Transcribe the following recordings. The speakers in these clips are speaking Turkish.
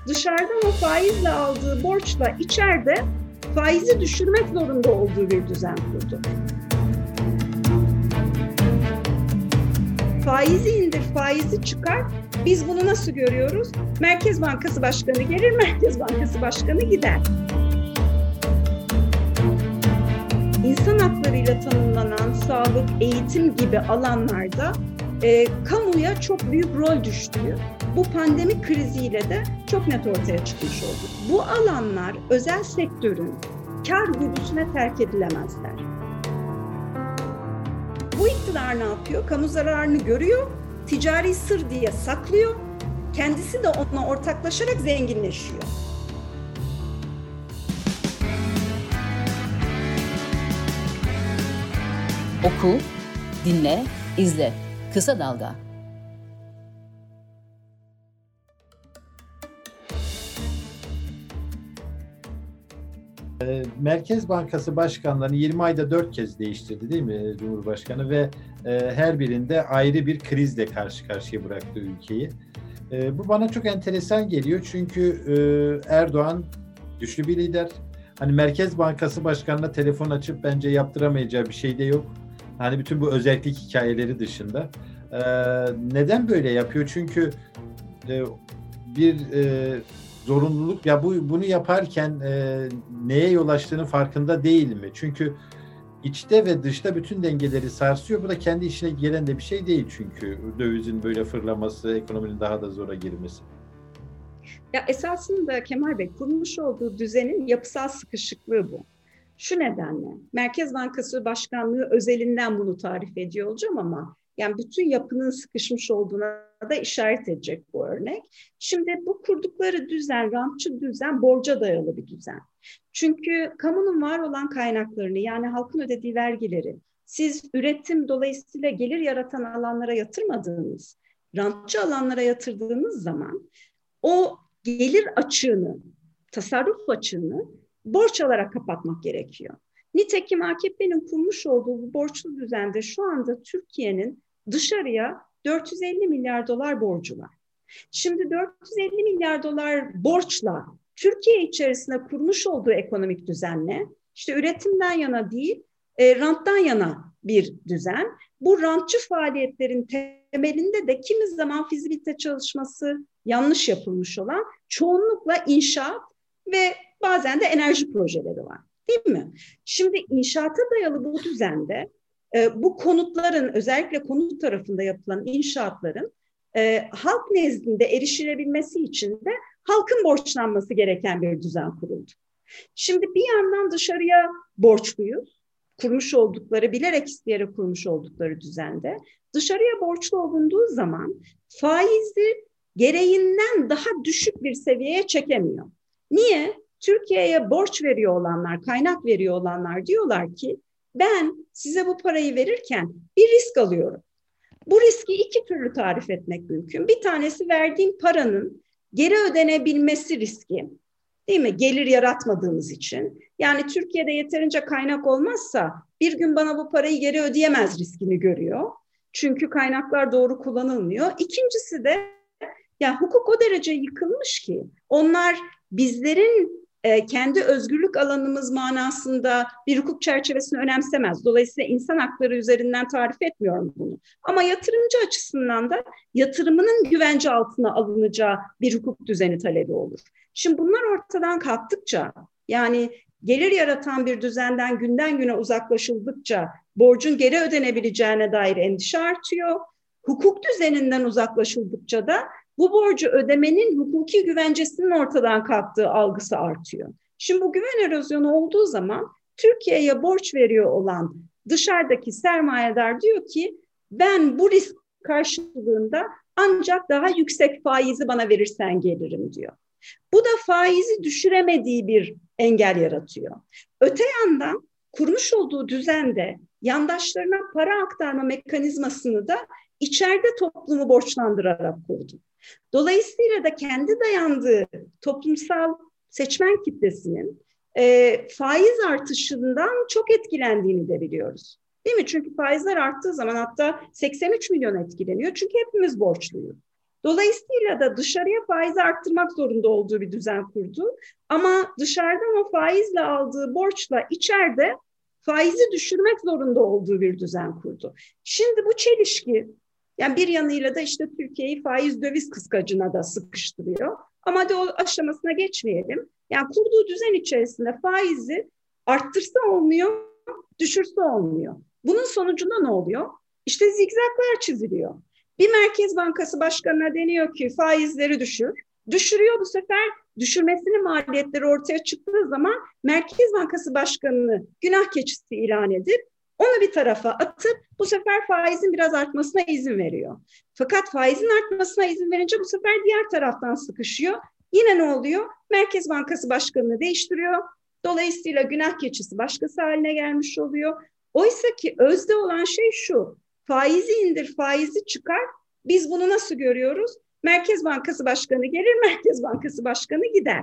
dışarıdan o faizle aldığı borçla içeride faizi düşürmek zorunda olduğu bir düzen kurdu. Faizi indir, faizi çıkar. Biz bunu nasıl görüyoruz? Merkez Bankası Başkanı gelir, Merkez Bankası Başkanı gider. İnsan haklarıyla tanımlanan sağlık, eğitim gibi alanlarda kamuya çok büyük rol düştüğü, bu pandemi kriziyle de çok net ortaya çıkmış oldu. Bu alanlar özel sektörün kar güdüsüne terk edilemezler. Bu iktidar ne yapıyor? Kamu zararını görüyor, ticari sır diye saklıyor, kendisi de onunla ortaklaşarak zenginleşiyor. Oku, dinle, izle. Kısa Dalga. Merkez Bankası başkanlarını 20 ayda 4 kez değiştirdi değil mi Cumhurbaşkanı ve her birinde ayrı bir krizle karşı karşıya bıraktı ülkeyi. Bu bana çok enteresan geliyor çünkü Erdoğan güçlü bir lider. Hani Merkez Bankası başkanına telefon açıp bence yaptıramayacağı bir şey de yok. Hani bütün bu özellik hikayeleri dışında. Neden böyle yapıyor? Çünkü bir zorunluluk ya bunu yaparken neye yol açtığının farkında değil mi? Çünkü içte ve dışta bütün dengeleri sarsıyor. Bu da kendi işine gelen de bir şey değil çünkü dövizin böyle fırlaması, ekonominin daha da zora girmesi. Ya esasında Kemal Bey kurmuş olduğu düzenin yapısal sıkışıklığı bu. Şu nedenle Merkez Bankası Başkanlığı özelinden bunu tarif ediyor olacağım ama yani bütün yapının sıkışmış olduğuna da işaret edecek bu örnek. Şimdi bu kurdukları düzen, rantçı düzen borca dayalı bir düzen. Çünkü kamunun var olan kaynaklarını yani halkın ödediği vergileri siz üretim dolayısıyla gelir yaratan alanlara yatırmadığınız, rantçı alanlara yatırdığınız zaman o gelir açığını, tasarruf açığını borç alarak kapatmak gerekiyor. Nitekim AKP'nin kurmuş olduğu bu borçlu düzende şu anda Türkiye'nin dışarıya 450 milyar dolar borcu var. Şimdi 450 milyar dolar borçla Türkiye içerisinde kurmuş olduğu ekonomik düzenle işte üretimden yana değil, ranttan yana bir düzen. Bu rantçı faaliyetlerin temelinde de kimi zaman fizibilite çalışması yanlış yapılmış olan çoğunlukla inşaat ve bazen de enerji projeleri var. Değil mi? Şimdi inşaata dayalı bu düzende bu konutların özellikle konut tarafında yapılan inşaatların halk nezdinde erişilebilmesi için de halkın borçlanması gereken bir düzen kuruldu. Şimdi bir yandan dışarıya borçluyuz. Kurmuş oldukları, bilerek isteyerek kurmuş oldukları düzende. Dışarıya borçlu olunduğu zaman faizi gereğinden daha düşük bir seviyeye çekemiyor. Niye? Türkiye'ye borç veriyor olanlar, kaynak veriyor olanlar diyorlar ki ben size bu parayı verirken bir risk alıyorum. Bu riski iki türlü tarif etmek mümkün. Bir tanesi verdiğim paranın geri ödenebilmesi riski. Değil mi? Gelir yaratmadığımız için. Yani Türkiye'de yeterince kaynak olmazsa bir gün bana bu parayı geri ödeyemez riskini görüyor. Çünkü kaynaklar doğru kullanılmıyor. İkincisi de ya hukuk o derece yıkılmış ki onlar bizlerin kendi özgürlük alanımız manasında bir hukuk çerçevesini önemsemez. Dolayısıyla insan hakları üzerinden tarif etmiyorum bunu. Ama yatırımcı açısından da yatırımının güvence altına alınacağı bir hukuk düzeni talebi olur. Şimdi bunlar ortadan kalktıkça yani gelir yaratan bir düzenden günden güne uzaklaşıldıkça borcun geri ödenebileceğine dair endişe artıyor. Hukuk düzeninden uzaklaşıldıkça da bu borcu ödemenin hukuki güvencesinin ortadan kalktığı algısı artıyor. Şimdi bu güven erozyonu olduğu zaman Türkiye'ye borç veriyor olan dışarıdaki sermayedar diyor ki ben bu risk karşılığında ancak daha yüksek faizi bana verirsen gelirim diyor. Bu da faizi düşüremediği bir engel yaratıyor. Öte yandan kurmuş olduğu düzende yandaşlarına para aktarma mekanizmasını da içeride toplumu borçlandırarak kurdu. Dolayısıyla da kendi dayandığı toplumsal seçmen kitlesinin faiz artışından çok etkilendiğini de biliyoruz. Değil mi? Çünkü faizler arttığı zaman hatta 83 milyon etkileniyor. Çünkü hepimiz borçluyuz. Dolayısıyla da dışarıya faizi arttırmak zorunda olduğu bir düzen kurdu. Ama dışarıdan o faizle aldığı borçla içeride faizi düşürmek zorunda olduğu bir düzen kurdu. Şimdi bu çelişki, yani bir yanıyla da işte Türkiye'yi faiz döviz kıskacına da sıkıştırıyor. Ama hadi o aşamasına geçmeyelim. Yani kurduğu düzen içerisinde faizi arttırsa olmuyor, düşürse olmuyor. Bunun sonucunda ne oluyor? İşte zigzaklar çiziliyor. Bir Merkez Bankası Başkanı'na deniyor ki faizleri düşür. Düşürüyor, bu sefer düşürmesinin maliyetleri ortaya çıktığı zaman Merkez Bankası Başkanı'nı günah keçisi ilan edip onu bir tarafa atıp bu sefer faizin biraz artmasına izin veriyor. Fakat faizin artmasına izin verince bu sefer diğer taraftan sıkışıyor. Yine ne oluyor? Merkez Bankası Başkanı'nı değiştiriyor. Dolayısıyla günah keçisi başkası haline gelmiş oluyor. Oysa ki özde olan şey şu: faizi indir, faizi çıkar. Biz bunu nasıl görüyoruz? Merkez Bankası Başkanı gelir, Merkez Bankası Başkanı gider.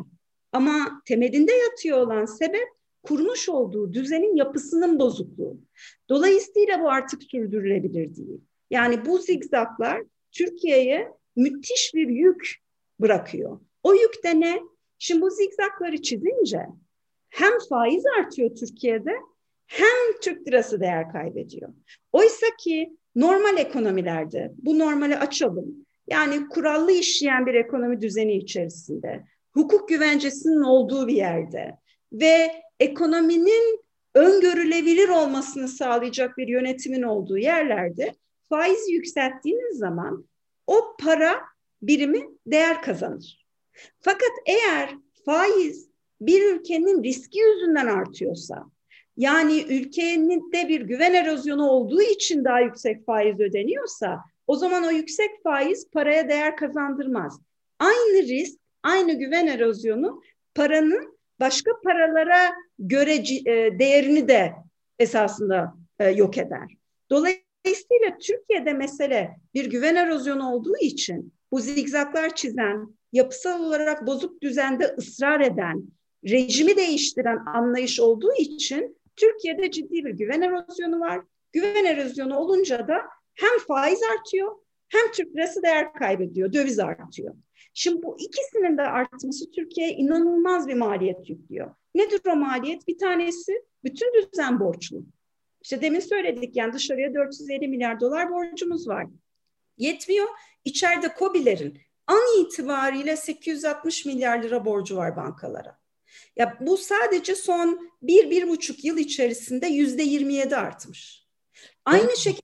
Ama temelinde yatıyor olan sebep kurmuş olduğu düzenin yapısının bozukluğu. Dolayısıyla bu artık sürdürülebilir değil. Yani bu zigzaklar Türkiye'ye müthiş bir yük bırakıyor. O yük de ne? Şimdi bu zigzakları çizince hem faiz artıyor Türkiye'de, hem Türk lirası değer kaybediyor. Oysa ki normal ekonomilerde, bu normali açalım, yani kurallı işleyen bir ekonomi düzeni içerisinde, hukuk güvencesinin olduğu bir yerde ve ekonominin öngörülebilir olmasını sağlayacak bir yönetimin olduğu yerlerde faizi yükselttiğiniz zaman o para birimi değer kazanır. Fakat eğer faiz bir ülkenin riski yüzünden artıyorsa, yani ülkenin de bir güven erozyonu olduğu için daha yüksek faiz ödeniyorsa, o zaman o yüksek faiz paraya değer kazandırmaz. Aynı risk, aynı güven erozyonu paranın başka paralara göre değerini de esasında yok eder. Dolayısıyla Türkiye'de mesele bir güven erozyonu olduğu için bu zigzaklar çizen, yapısal olarak bozuk düzende ısrar eden, rejimi değiştiren anlayış olduğu için Türkiye'de ciddi bir güven erozyonu var. Güven erozyonu olunca da hem faiz artıyor, hem Türk lirası değer kaybediyor, döviz artıyor. Şimdi bu ikisinin de artması Türkiye'ye inanılmaz bir maliyet yüklüyor. Nedir o maliyet? Bir tanesi bütün düzen borçlu. İşte demin söyledik, yani dışarıya 450 milyar dolar borcumuz var. Yetmiyor. İçeride KOBİ'lerin an itibariyle 860 milyar lira borcu var bankalara. Ya bu sadece son 1-1,5 yıl içerisinde %27 artmış. Aynı şekilde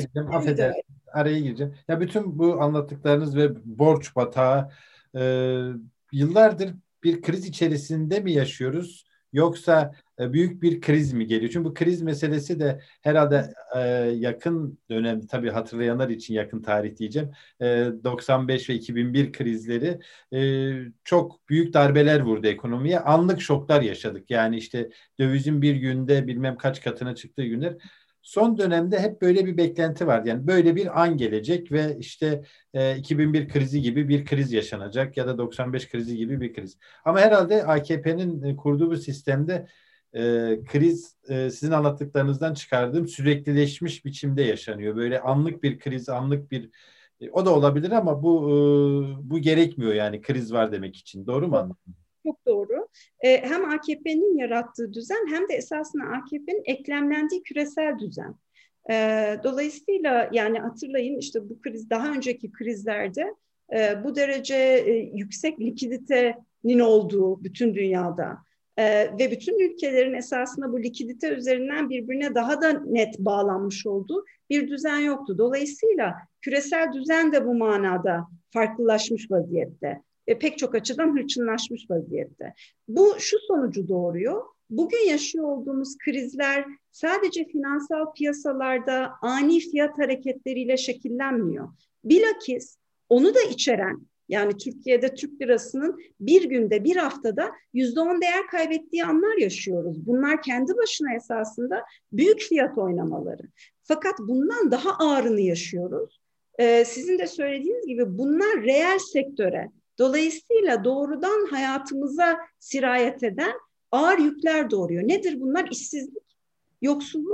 araya gireceğim. Ya bütün bu anlattıklarınız ve borç batağı, yıllardır bir kriz içerisinde mi yaşıyoruz? Yoksa büyük bir kriz mi geliyor? Çünkü bu kriz meselesi de herhalde yakın dönem, tabii hatırlayanlar için yakın tarih diyeceğim. 95 ve 2001 krizleri çok büyük darbeler vurdu ekonomiye. Anlık şoklar yaşadık. Yani işte dövizin bir günde bilmem kaç katına çıktığı günler. Son dönemde hep böyle bir beklenti var. Yani böyle bir an gelecek ve işte 2001 krizi gibi bir kriz yaşanacak ya da 95 krizi gibi bir kriz. Ama herhalde AKP'nin kurduğu bu sistemde kriz sizin anlattıklarınızdan çıkardığım süreklileşmiş biçimde yaşanıyor. Böyle anlık bir kriz, anlık bir o da olabilir ama bu gerekmiyor yani kriz var demek için. Doğru mu anladım? Çok doğru. Hem AKP'nin yarattığı düzen hem de esasında AKP'nin eklemlendiği küresel düzen. Dolayısıyla yani hatırlayın, işte bu kriz, daha önceki krizlerde bu derece yüksek likiditenin olduğu bütün dünyada ve bütün ülkelerin esasında bu likidite üzerinden birbirine daha da net bağlanmış olduğu bir düzen yoktu. Dolayısıyla küresel düzen de bu manada farklılaşmış vaziyette. Pek çok açıdan hırçınlaşmış vaziyette. Bu şu sonucu doğuruyor: bugün yaşıyor olduğumuz krizler sadece finansal piyasalarda ani fiyat hareketleriyle şekillenmiyor. Bilakis onu da içeren, yani Türkiye'de Türk lirasının bir günde, bir haftada %10 değer kaybettiği anlar yaşıyoruz. Bunlar kendi başına esasında büyük fiyat oynamaları. Fakat bundan daha ağırını yaşıyoruz. Sizin de söylediğiniz gibi bunlar reel sektöre, dolayısıyla doğrudan hayatımıza sirayet eden ağır yükler doğuruyor. Nedir bunlar? İşsizlik, yoksulluk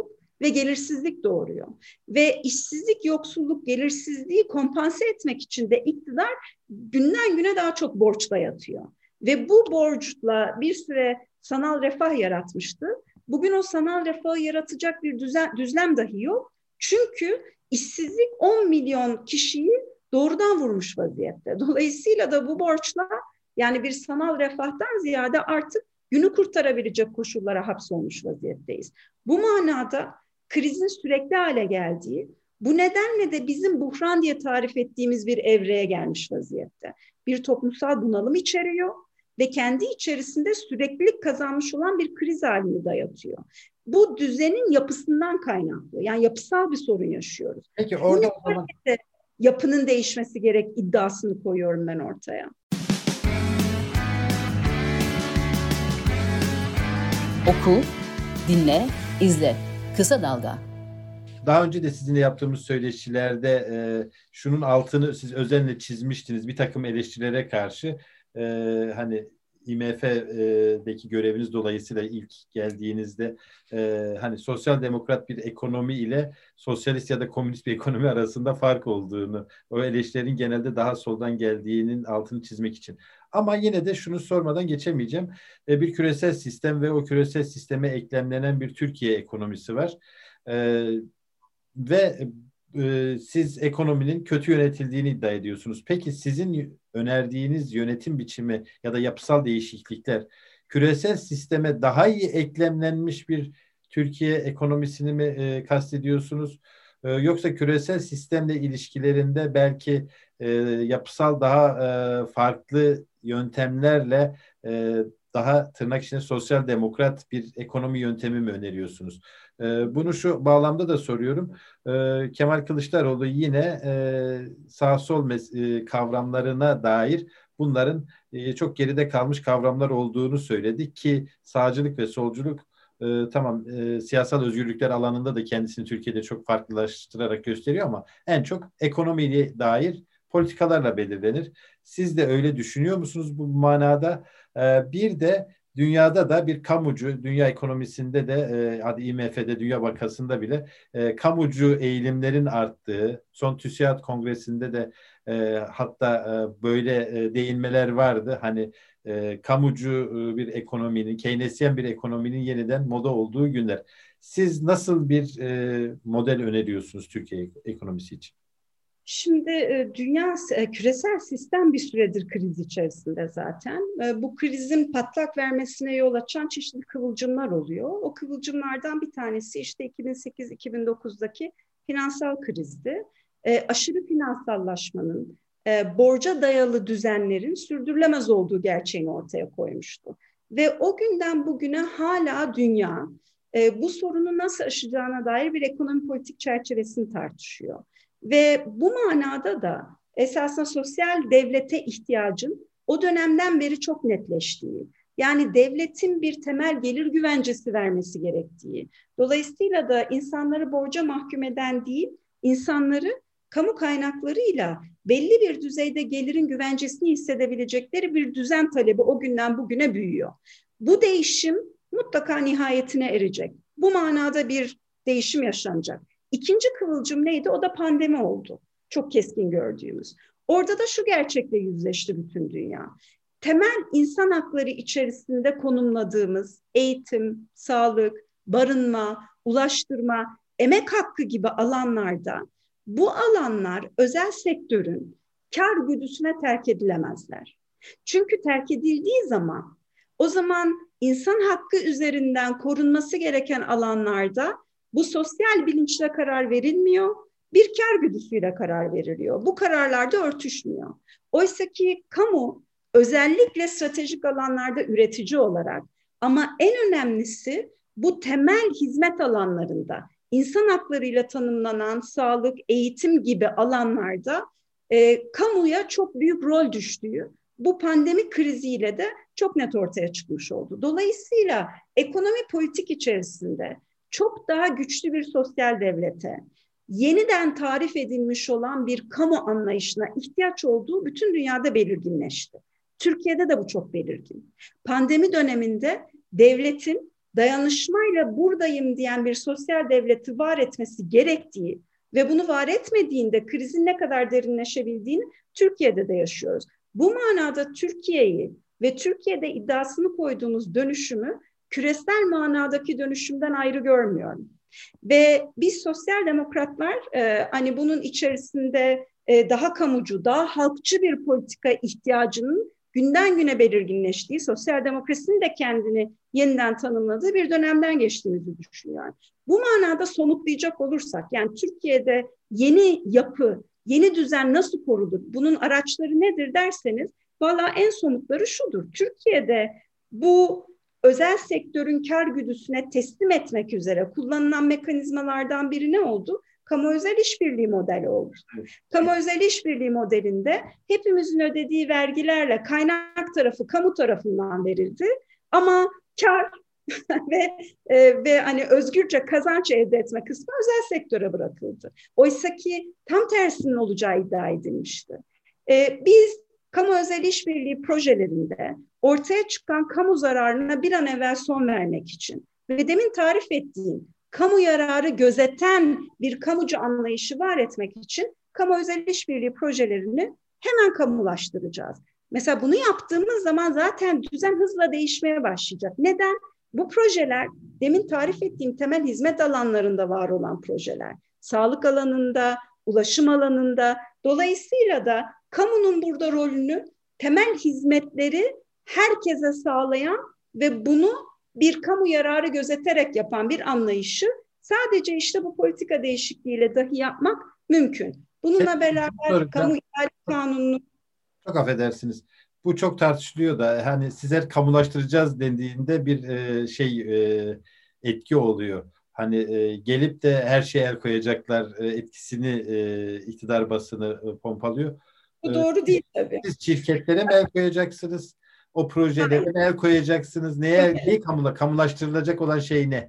ve gelirsizlik doğuruyor. Ve işsizlik, yoksulluk, gelirsizliği kompanse etmek için de iktidar günden güne daha çok borçla yatıyor. Ve bu borçla bir süre sanal refah yaratmıştı. Bugün o sanal refahı yaratacak bir düzlem dahi yok. Çünkü işsizlik 10 milyon kişiyi doğrudan vurmuş vaziyette. Dolayısıyla da bu borçla, yani bir sanal refahtan ziyade artık günü kurtarabilecek koşullara hapsolmuş vaziyetteyiz. Bu manada krizin sürekli hale geldiği, bu nedenle de bizim buhran diye tarif ettiğimiz bir evreye gelmiş vaziyette. Bir toplumsal bunalım içeriyor ve kendi içerisinde süreklilik kazanmış olan bir kriz halini dayatıyor. Bu düzenin yapısından kaynaklı. Yani yapısal bir sorun yaşıyoruz. Peki orada o zaman yapının değişmesi gerek iddiasını koyuyorum ben ortaya. Oku, dinle, izle. Kısa Dalga. daha önce de sizinle yaptığımız söyleşilerde şunun altını siz özenle çizmiştiniz bir takım eleştirilere karşı. Hani IMF'deki göreviniz dolayısıyla ilk geldiğinizde hani sosyal demokrat bir ekonomi ile sosyalist ya da komünist bir ekonomi arasında fark olduğunu, o eleştirilerin genelde daha soldan geldiğinin altını çizmek için. Ama yine de şunu sormadan geçemeyeceğim. Bir küresel sistem ve o küresel sisteme eklemlenen bir Türkiye ekonomisi var. Ve siz ekonominin kötü yönetildiğini iddia ediyorsunuz. Peki sizin önerdiğiniz yönetim biçimi ya da yapısal değişiklikler küresel sisteme daha iyi eklemlenmiş bir Türkiye ekonomisini mi kastediyorsunuz? Yoksa küresel sistemle ilişkilerinde belki yapısal daha farklı yöntemlerle daha tırnak içinde sosyal demokrat bir ekonomi yöntemi mi öneriyorsunuz? Bunu şu bağlamda da soruyorum. Kemal Kılıçdaroğlu yine sağ sol kavramlarına dair bunların çok geride kalmış kavramlar olduğunu söyledi ki sağcılık ve solculuk tamam siyasal özgürlükler alanında da kendisini Türkiye'de çok farklılaştırarak gösteriyor ama en çok ekonomiye dair politikalarla belirlenir. Siz de öyle düşünüyor musunuz bu manada? Bir de dünyada da bir kamucu, dünya ekonomisinde de hadi IMF'de, Dünya Bankası'nda bile kamucu eğilimlerin arttığı, son TÜSİAD Kongresi'nde de hatta böyle değinmeler vardı. Hani kamucu bir ekonominin, Keynesyen bir ekonominin yeniden moda olduğu günler. Siz nasıl bir model öneriyorsunuz Türkiye ekonomisi için? Şimdi dünya küresel sistem bir süredir kriz içerisinde zaten. Bu krizin patlak vermesine yol açan çeşitli kıvılcımlar oluyor. O kıvılcımlardan bir tanesi işte 2008-2009'daki finansal krizdi. Aşırı finansallaşmanın, borca dayalı düzenlerin sürdürülemez olduğu gerçeğini ortaya koymuştu. Ve o günden bugüne hala dünya bu sorunu nasıl aşacağına dair bir ekonomi politik çerçevesini tartışıyor. Ve bu manada da esasında sosyal devlete ihtiyacın o dönemden beri çok netleştiği, yani devletin bir temel gelir güvencesi vermesi gerektiği, dolayısıyla da insanları borca mahkum eden değil, insanları kamu kaynaklarıyla belli bir düzeyde gelirin güvencesini hissedebilecekleri bir düzen talebi o günden bugüne büyüyor. Bu değişim mutlaka nihayetine erecek. Bu manada bir değişim yaşanacak. İkinci kıvılcım neydi? O da pandemi oldu. Çok keskin gördüğümüz. Orada da şu gerçekle yüzleşti bütün dünya. Temel insan hakları içerisinde konumladığımız eğitim, sağlık, barınma, ulaştırma, emek hakkı gibi alanlarda bu alanlar özel sektörün kar güdüsüne terk edilemezler. Çünkü terk edildiği zaman o zaman insan hakkı üzerinden korunması gereken alanlarda bu sosyal bilinçle karar verilmiyor, bir kar güdüsüyle karar veriliyor. Bu kararlar da örtüşmüyor. Oysa ki kamu özellikle stratejik alanlarda üretici olarak ama en önemlisi bu temel hizmet alanlarında insan haklarıyla tanımlanan sağlık, eğitim gibi alanlarda kamuya çok büyük rol düştüğü bu pandemi kriziyle de çok net ortaya çıkmış oldu. Dolayısıyla ekonomi politik içerisinde çok daha güçlü bir sosyal devlete, yeniden tarif edilmiş olan bir kamu anlayışına ihtiyaç olduğu bütün dünyada belirginleşti. Türkiye'de de bu çok belirgin. Pandemi döneminde devletin dayanışmayla buradayım diyen bir sosyal devleti var etmesi gerektiği ve bunu var etmediğinde krizin ne kadar derinleşebildiğini Türkiye'de de yaşıyoruz. Bu manada Türkiye'yi ve Türkiye'de iddiasını koyduğumuz dönüşümü küresel manadaki dönüşümden ayrı görmüyorum. Ve biz sosyal demokratlar hani bunun içerisinde daha kamucu, daha halkçı bir politika ihtiyacının günden güne belirginleştiği, sosyal demokrasinin de kendini yeniden tanımladığı bir dönemden geçtiğimizi düşünüyorum. Bu manada somutlayacak olursak, yani Türkiye'de yeni yapı, yeni düzen nasıl korulur, bunun araçları nedir derseniz, valla en somutları şudur. Türkiye'de bu özel sektörün kar güdüsüne teslim etmek üzere kullanılan mekanizmalardan biri ne oldu? Kamu-özel işbirliği modeli oldu. Kamu-özel işbirliği modelinde hepimizin ödediği vergilerle kaynak tarafı kamu tarafından verildi. Ama kar ve hani özgürce kazanç elde etme kısmı özel sektöre bırakıldı. Oysa ki tam tersinin olacağı iddia edilmişti. Biz kamu-özel işbirliği projelerinde ortaya çıkan kamu zararına bir an evvel son vermek için ve demin tarif ettiğim kamu yararı gözeten bir kamucu anlayışı var etmek için kamu-özel işbirliği projelerini hemen kamulaştıracağız. Mesela bunu yaptığımız zaman zaten düzen hızla değişmeye başlayacak. Neden? Bu projeler demin tarif ettiğim temel hizmet alanlarında var olan projeler. Sağlık alanında, ulaşım alanında. Dolayısıyla da kamunun burada rolünü temel hizmetleri herkese sağlayan ve bunu bir kamu yararı gözeterek yapan bir anlayışı sadece işte bu politika değişikliğiyle dahi yapmak mümkün. Bununla beraber kamu ihale kanununu... Çok affedersiniz. Bu çok tartışılıyor da hani sizler kamulaştıracağız dendiğinde bir etki oluyor. Hani gelip de her şeye el koyacaklar etkisini iktidar basını pompalıyor. Bu doğru değil tabii. Siz şirketlere mi el koyacaksınız? O projelere mi el koyacaksınız? Neye kamulaştırılacak olan şey ne?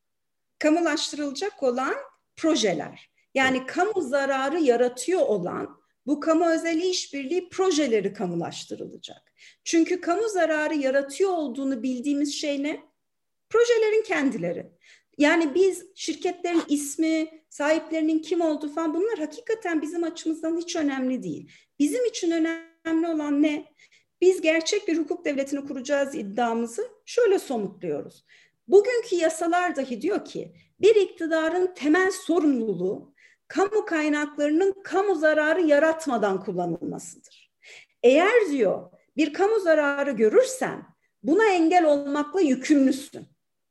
Kamulaştırılacak olan projeler. Yani kamu zararı yaratıyor olan bu kamu-özel işbirliği projeleri kamulaştırılacak. Çünkü kamu zararı yaratıyor olduğunu bildiğimiz şey ne? Projelerin kendileri. Yani biz şirketlerin ismi, sahiplerinin kim olduğu falan bunlar hakikaten bizim açımızdan hiç önemli değil. Bizim için önemli olan ne? Biz gerçek bir hukuk devletini kuracağız iddiamızı şöyle somutluyoruz. Bugünkü yasalar dahi diyor ki bir iktidarın temel sorumluluğu kamu kaynaklarının kamu zararı yaratmadan kullanılmasıdır. Eğer diyor bir kamu zararı görürsen buna engel olmakla yükümlüsün.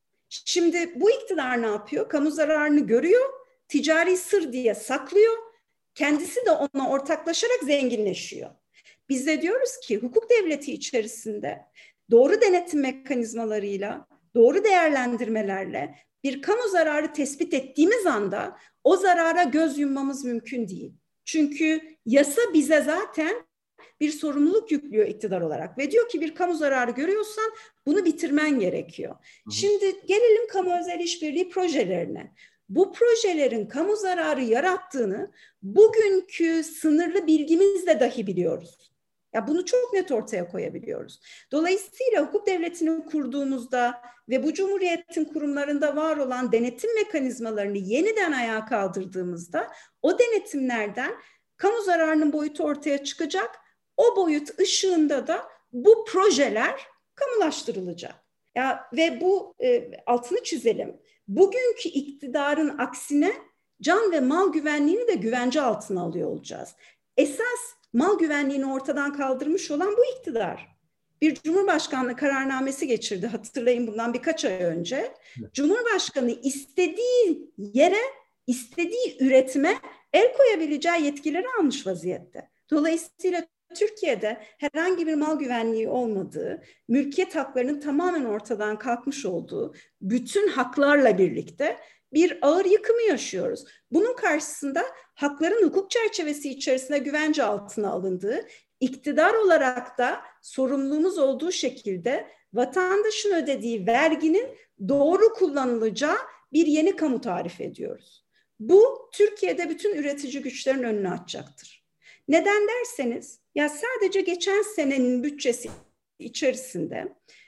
Şimdi bu iktidar ne yapıyor? Kamu zararını görüyor, ticari sır diye saklıyor, kendisi de ona ortaklaşarak zenginleşiyor. Biz de diyoruz ki hukuk devleti içerisinde doğru denetim mekanizmalarıyla, doğru değerlendirmelerle bir kamu zararı tespit ettiğimiz anda o zarara göz yummamız mümkün değil. Çünkü yasa bize zaten bir sorumluluk yüklüyor iktidar olarak ve diyor ki bir kamu zararı görüyorsan bunu bitirmen gerekiyor. Şimdi gelelim kamu-özel işbirliği projelerine. Bu projelerin kamu zararı yarattığını bugünkü sınırlı bilgimizle dahi biliyoruz. Ya bunu çok net ortaya koyabiliyoruz. Dolayısıyla hukuk devletini kurduğumuzda ve bu cumhuriyetin kurumlarında var olan denetim mekanizmalarını yeniden ayağa kaldırdığımızda o denetimlerden kamu zararının boyutu ortaya çıkacak. O boyut ışığında da bu projeler kamulaştırılacak. Ya ve bu altını çizelim. Bugünkü iktidarın aksine can ve mal güvenliğini de güvence altına alıyor olacağız. Esas mal güvenliğini ortadan kaldırmış olan bu iktidar. Bir Cumhurbaşkanlığı kararnamesi geçirdi. Hatırlayın bundan birkaç ay önce. Cumhurbaşkanı istediği yere, istediği üretime el koyabileceği yetkileri almış vaziyette. Dolayısıyla Türkiye'de herhangi bir mal güvenliği olmadığı, mülkiyet haklarının tamamen ortadan kalkmış olduğu bütün haklarla birlikte bir ağır yıkımı yaşıyoruz. Bunun karşısında hakların hukuk çerçevesi içerisinde güvence altına alındığı, iktidar olarak da sorumluluğumuz olduğu şekilde vatandaşın ödediği verginin doğru kullanılacağı bir yeni kamu tarif ediyoruz. Bu Türkiye'de bütün üretici güçlerin önünü açacaktır. Neden derseniz, ya sadece geçen senenin bütçesi içerisinde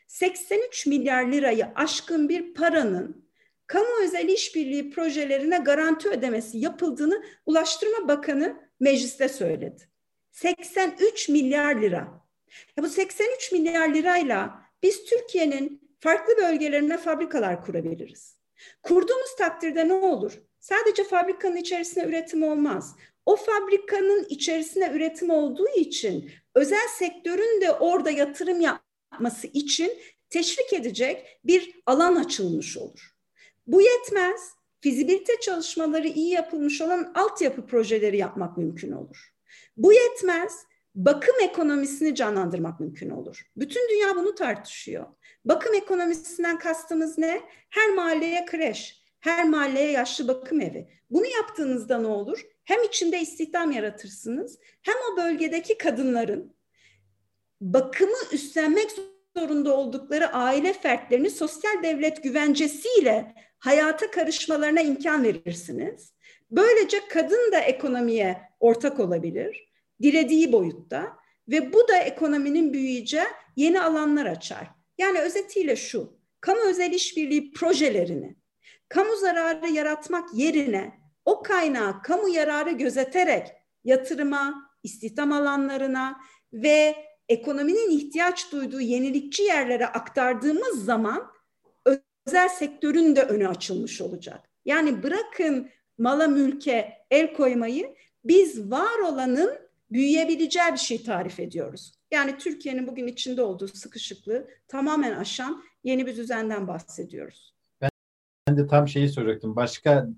83 milyar lirayı aşkın bir paranın kamu özel işbirliği projelerine garanti ödemesi yapıldığını Ulaştırma Bakanı mecliste söyledi. 83 milyar lira. Ya bu 83 milyar lirayla biz Türkiye'nin farklı bölgelerine fabrikalar kurabiliriz. Kurduğumuz takdirde ne olur? Sadece fabrikanın içerisine üretim olmaz. O fabrikanın içerisine üretim olduğu için özel sektörün de orada yatırım yapması için teşvik edecek bir alan açılmış olur. Bu yetmez. Fizibilite çalışmaları iyi yapılmış olan altyapı projeleri yapmak mümkün olur. Bu yetmez. Bakım ekonomisini canlandırmak mümkün olur. Bütün dünya bunu tartışıyor. Bakım ekonomisinden kastımız ne? Her mahalleye kreş, her mahalleye yaşlı bakım evi. Bunu yaptığınızda ne olur? Hem içinde istihdam yaratırsınız, hem o bölgedeki kadınların bakımı üstlenmek zorunda oldukları aile fertlerini sosyal devlet güvencesiyle hayata karışmalarına imkan verirsiniz. Böylece kadın da ekonomiye ortak olabilir, dilediği boyutta ve bu da ekonominin büyüyeceği yeni alanlar açar. Yani özetiyle şu, kamu özel işbirliği projelerini kamu zararı yaratmak yerine o kaynağı kamu yararı gözeterek yatırıma, istihdam alanlarına ve ekonominin ihtiyaç duyduğu yenilikçi yerlere aktardığımız zaman özel sektörün de önü açılmış olacak. Yani bırakın mala mülke el koymayı, biz var olanın büyüyebileceği bir şey tarif ediyoruz. Yani Türkiye'nin bugün içinde olduğu sıkışıklığı tamamen aşan yeni bir düzenden bahsediyoruz. Ben de tam şeyi soracaktım. Başka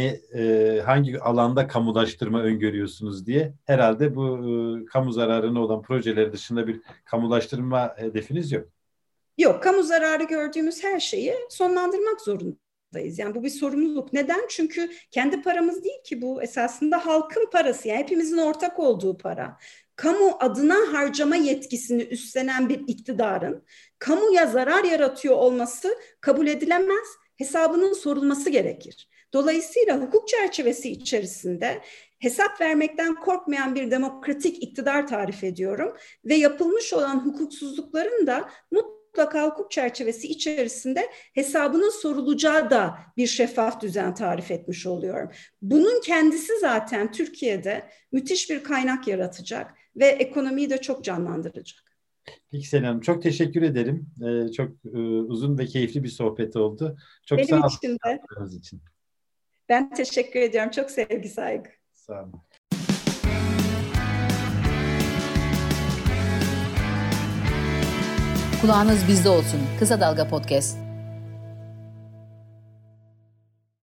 hangi alanda kamulaştırma öngörüyorsunuz diye. Herhalde bu kamu zararına olan projeler dışında bir kamulaştırma hedefiniz yok. Yok, kamu zararı gördüğümüz her şeyi sonlandırmak zorundayız. Yani bu bir sorumluluk. Neden? Çünkü kendi paramız değil ki bu. Esasında halkın parası. Yani hepimizin ortak olduğu para. Kamu adına harcama yetkisini üstlenen bir iktidarın kamuya zarar yaratıyor olması kabul edilemez. Hesabının sorulması gerekir. Dolayısıyla hukuk çerçevesi içerisinde hesap vermekten korkmayan bir demokratik iktidar tarif ediyorum ve yapılmış olan hukuksuzlukların da mutlaka hukuk çerçevesi içerisinde hesabının sorulacağı da bir şeffaf düzen tarif etmiş oluyorum. Bunun kendisi zaten Türkiye'de müthiş bir kaynak yaratacak ve ekonomiyi de çok canlandıracak. Peki Selin Hanım, çok teşekkür ederim. Çok uzun ve keyifli bir sohbet oldu. Çok Benim sağ olun. için de. Ben teşekkür ediyorum. Çok sevgi, saygı. Sağ olun. Kulağınız bizde olsun. Kısa Dalga Podcast.